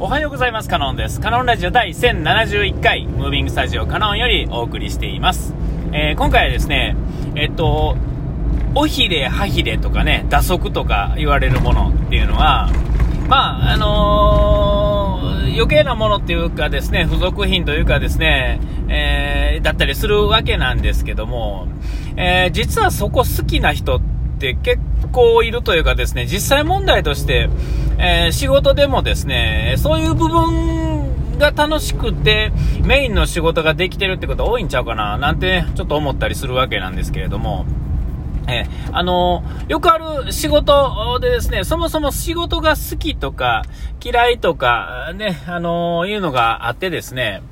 おはようございます。カノンです。カノンラジオ第1071回ムービングスタジオカノンよりお送りしています。今回はですねおひれはひれとかね、打足とか言われるものっていうのは余計なものっていうかですね、付属品というかですね、だったりするわけなんですけども、実はそこ好きな人って結構いるというかですね、実際問題として、仕事でもですね、そういう部分が楽しくてメインの仕事ができてるってこと多いんちゃうかななんてちょっと思ったりするわけなんですけれども、よくある仕事でですね、そもそも仕事が好きとか嫌いとかね、いうのがあってですね、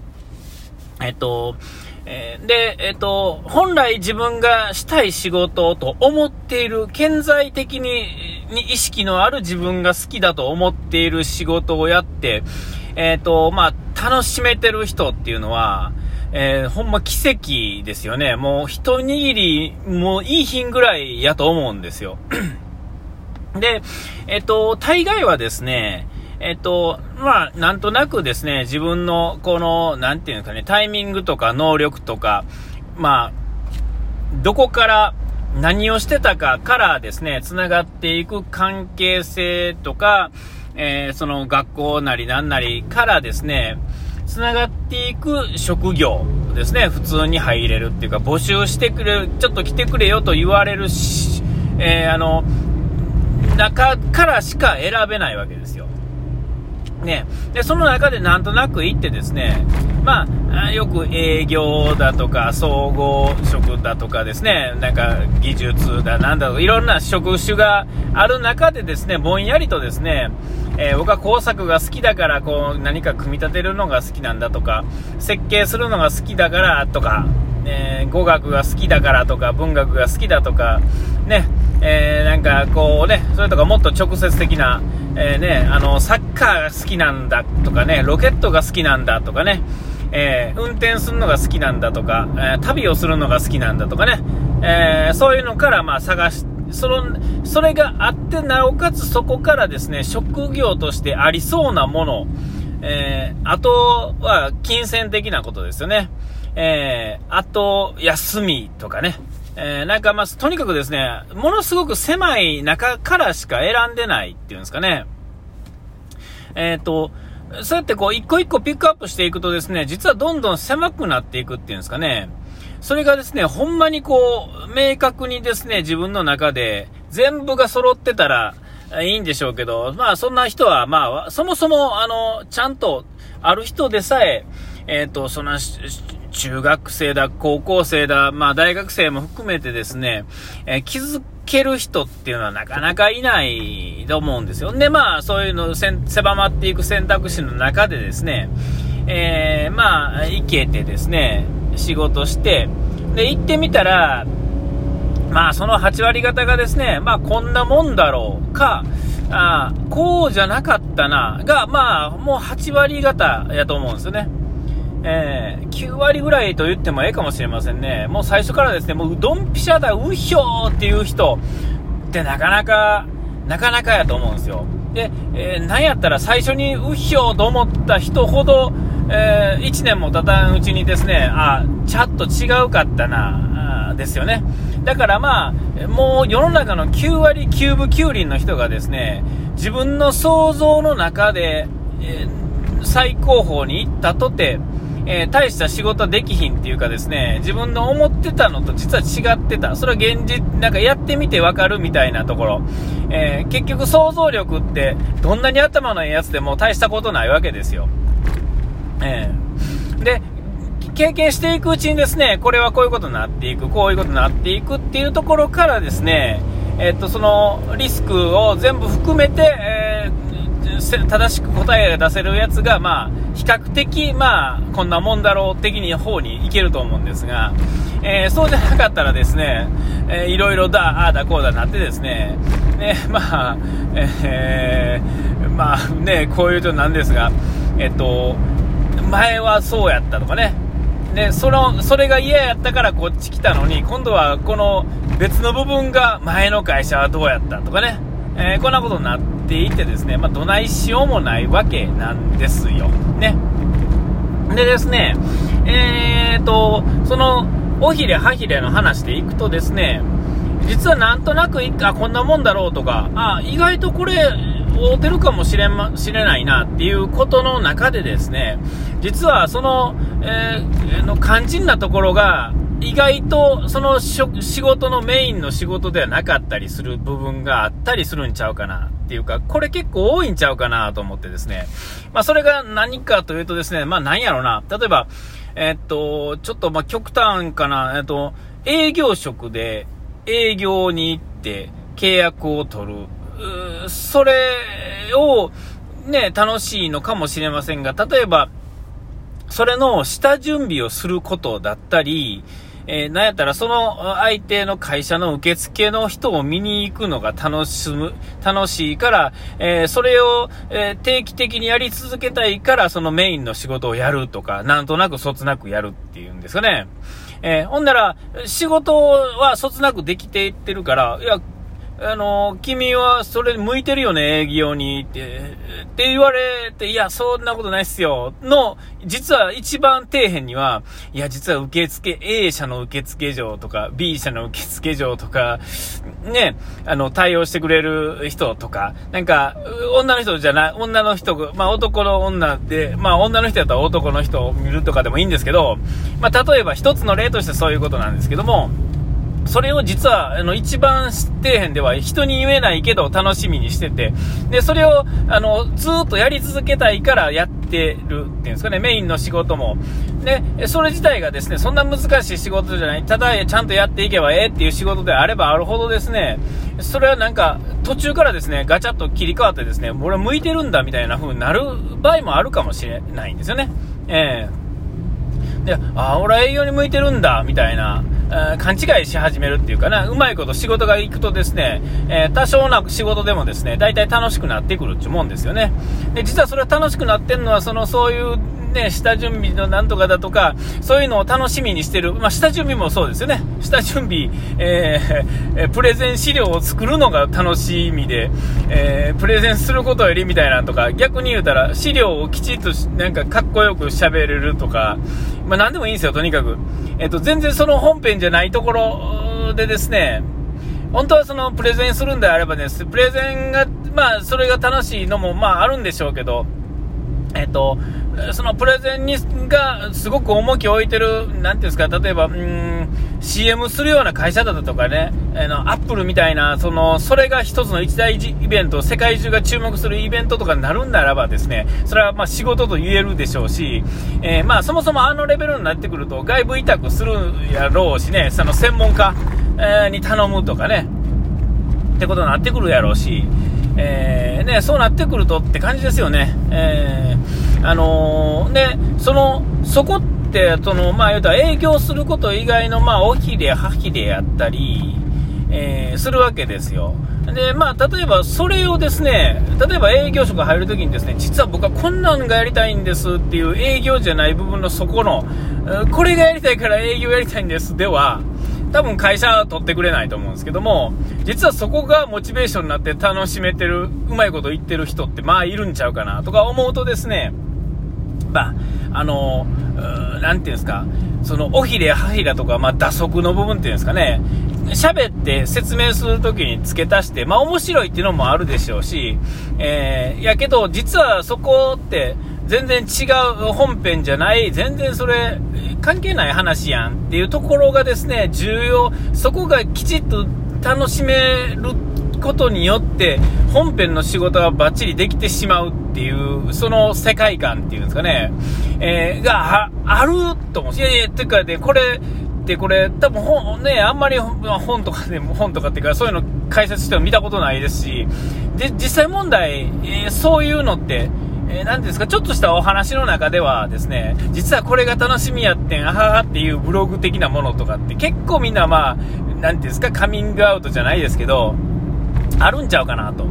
本来自分がしたい仕事と思っている、顕在的に意識のある自分が好きだと思っている仕事をやって、楽しめてる人っていうのは、ほんま奇跡ですよね。もう一握りもういい品ぐらいやと思うんですよ。で、大概はですね、なんとなくですね、自分のこのなんていうんですかね、タイミングとか能力とか、どこから何をしてたかからですね、つながっていく関係性とか、その学校なりなんなりからですね、つながっていく職業ですね、普通に入れるっていうか、募集してくれる、ちょっと来てくれよと言われるし、中からしか選べないわけですよ。ね、でその中でなんとなく行ってですね、よく営業だとか総合職だとかですね、なんか技術だなんだとかいろんな職種がある中でですね、ぼんやりとですね、僕は工作が好きだからこう何か組み立てるのが好きなんだとか、設計するのが好きだからとか、語学が好きだからとか文学が好きだとかね、なんかこうね、それとかもっと直接的な、サッカーが好きなんだとかね、ロケットが好きなんだとかね、運転するのが好きなんだとか、旅をするのが好きなんだとかね、そういうのから探し、それがあって、なおかつそこからですね、職業としてありそうなもの、あとは金銭的なことですよね。あと休みとかね、とにかくですね、ものすごく狭い中からしか選んでないっていうんですかね。そうやってこう一個一個ピックアップしていくとですね、実はどんどん狭くなっていくっていうんですかね。それがですね、ほんまにこう明確にですね、自分の中で全部が揃ってたらいいんでしょうけど、そんな人はそもそもちゃんとある人でさえ、そんな中学生だ高校生だ、大学生も含めてですね、気づける人っていうのはなかなかいないと思うんですよ。でそういうの狭まっていく選択肢の中でですね、行けてですね、仕事してで行ってみたら、その8割方がですね、こんなもんだろうか、こうじゃなかったながもう8割方やと思うんですよね。9割ぐらいと言ってもええかもしれませんね。もう最初からですね、もうドンピシャだうひょーっていう人ってなかなかやと思うんですよ。で、なんやったら最初にうひょーと思った人ほど、1年も経たんうちにですね、ちょっと違うかったなですよね。だからもう世の中の9割9分9厘の人がですね、自分の想像の中で、最高峰に行ったとて、大した仕事できひんっていうかですね、自分の思ってたのと実は違ってた、それは現実なんかやってみてわかるみたいなところ、結局想像力ってどんなに頭のいいやつでも大したことないわけですよ。で経験していくうちにですね、これはこういうことになっていく、こういうことになっていくっていうところからですね、そのリスクを全部含めて、正しく答えが出せるやつが比較的こんなもんだろう的に方にいけると思うんですが、そうじゃなかったらですね、いろいろああだこうだなってですね、こういうとなんですが、前はそうやったとかね、でそれが嫌やったからこっち来たのに、今度はこの別の部分が前の会社はどうやったとかね、こんなことになっっていてですね、どないしようもないわけなんですよ。ね。でですね、その、おひれはひれの話でいくとですね、実はなんとなくこんなもんだろうとか、意外とこれ、合うてるかもしれないなっていうことの中でですね、実はその、肝心なところが、意外とその仕事のメインの仕事ではなかったりする部分があったりするんちゃうかなっていうか、これ結構多いんちゃうかなと思ってですね、それが何かというとですね、何やろな、例えば、ちょっと極端かな、営業職で営業に行って契約を取る、それをね、楽しいのかもしれませんが、例えば、それの下準備をすることだったり、なんやったらその相手の会社の受付の人を見に行くのが楽しいから、それを、定期的にやり続けたいからそのメインの仕事をやるとか、なんとなくそつなくやるっていうんですかね。ほんなら仕事はそつなくできていってるから、いや、君はそれ向いてるよね、営業にって言われて、いや、そんなことないっすよ。実は一番底辺には、いや、実は受付、A 社の受付嬢とか、B 社の受付嬢とか、ね、対応してくれる人とか、なんか、女の人じゃない、女の人、男の女で、女の人だったら男の人を見るとかでもいいんですけど、例えば一つの例としてそういうことなんですけども、それを実は一番底辺では人に言えないけど楽しみにしてて、でそれをずっとやり続けたいからやってるっていうんですかね、メインの仕事もで、それ自体がですね、そんな難しい仕事じゃない、ただちゃんとやっていけばっていう仕事であればあるほどですね、それはなんか途中からですねガチャッと切り替わってですね、俺向いてるんだみたいな風になる場合もあるかもしれないんですよね。で、俺は営業に向いてるんだみたいな勘違いし始めるっていうかな、うまいこと仕事が行くとですね、多少な仕事でもですね、大体楽しくなってくるって思うんですよね。で、実はそれは楽しくなってんのは、そういうね、下準備のなんとかだとか、そういうのを楽しみにしてる。下準備もそうですよね。下準備、プレゼン資料を作るのが楽しみで、プレゼンすることよりみたいなとか、逆に言うたら資料をきちっとなんかかっこよく喋れるとか、なんでもいいんですよ、とにかく。全然その本編じゃないところでですね、本当はそのプレゼンするんであればね、プレゼンが、それが楽しいのもあるんでしょうけど、そのプレゼンがすごく重きを置いてる、なんていうんですか、例えばCM するような会社だとかね、アップルみたいな、それが一つの一大イベント、世界中が注目するイベントとかになるんならばですね、それは仕事と言えるでしょうし、そもそもレベルになってくると外部委託するやろうしね、その専門家、に頼むとかねってことになってくるやろうし、そうなってくるとって感じですよね。でそこって言うたら営業すること以外のおひれはひれやったり、するわけですよ。で例えばそれをですね、例えば営業職入るときにですね、実は僕はこんなんがやりたいんですっていう営業じゃない部分のそこのこれがやりたいから営業やりたいんですでは多分会社は取ってくれないと思うんですけども、実はそこがモチベーションになって楽しめてる、うまいこと言ってる人っているんちゃうかなとか思うとですね、なんていうんですか、そのおひれはひれとか、打足の部分っていうんですかね、喋って説明するときに付け足して、面白いっていうのもあるでしょうし、やけど実はそこって全然違う本編じゃない、全然それ関係ない話やんっていうところがですね、重要。そこがきちっと楽しめることによって本編の仕事がバッチリできてしまうっていう、その世界観っていうんですかね、が あると思う。いやてかでこれ多分あんまり本とかっていうかそういうの解説しても見たことないですし、で実際問題、そういうのってなんですか、ちょっとしたお話の中ではですね、実はこれが楽しみやってん、あははっていうブログ的なものとかって結構みんななんていうんですか、カミングアウトじゃないですけど、あるんちゃうかなと。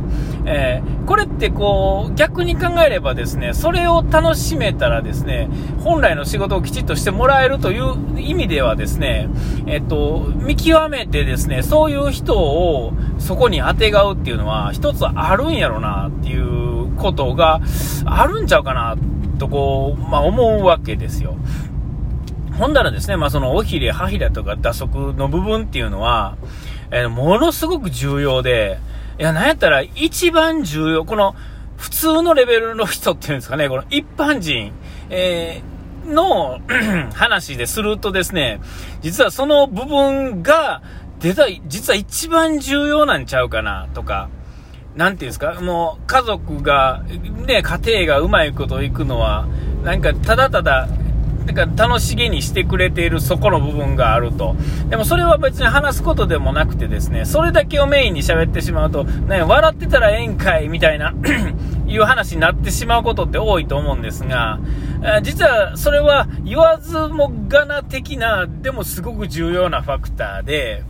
これって逆に考えればですね、それを楽しめたらですね、本来の仕事をきちっとしてもらえるという意味ではですね、見極めてですね、そういう人をそこに当てがうっていうのは一つあるんやろなっていうことがあるんちゃうかなと思うわけですよ。ほんだらですね、その尾ひれ、歯ひれとか打足の部分っていうのは、ものすごく重要で、なんやったら一番重要、この普通のレベルの人っていうんですかね、この一般人、の話でするとですね、実はその部分が実は一番重要なんちゃうかなとか、なんていうんですか、もう家族が、ね、家庭がうまいこといくのは、なんかただただ、楽しげにしてくれているそこの部分があると。でもそれは別に話すことでもなくてですね、それだけをメインに喋ってしまうと、ね、笑ってたらええんかいみたいないう話になってしまうことって多いと思うんですが、実はそれは言わずもがな的な、でもすごく重要なファクターで、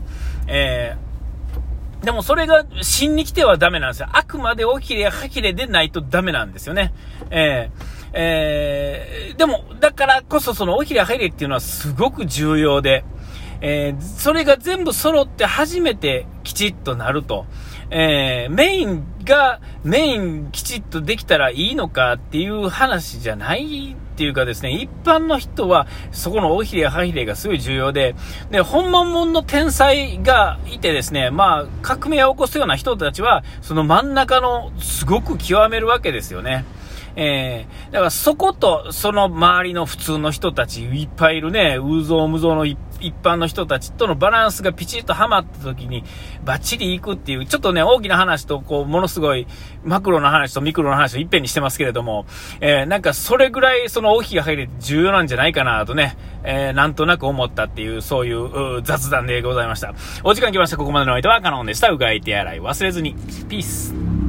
でもそれが真に来てはダメなんですよ。あくまで尾ひれ歯ひれでないとダメなんですよね。でもだからこそその尾ひれ歯ひれっていうのはすごく重要で、それが全部揃って初めてきちっとなると。メインきちっとできたらいいのかっていう話じゃないっていうかですね、一般の人はそこの尾ひれ歯ひれがすごい重要で、本物の天才がいてですね、革命を起こすような人たちはその真ん中のすごく極めるわけですよね。だからそことその周りの普通の人たちいっぱいいるね、うぞうむぞうの一般の人たちとのバランスがピチッとはまった時にバッチリいくっていう、ちょっとね大きな話とものすごいマクロの話とミクロの話をいっぺんにしてますけれども、なんかそれぐらいその尾ひれ歯ひれって重要なんじゃないかなとね、なんとなく思ったっていう、そういう雑談でございました。お時間来ました。ここまでのお相手はカノンでした。うがい手洗い忘れずに。ピース。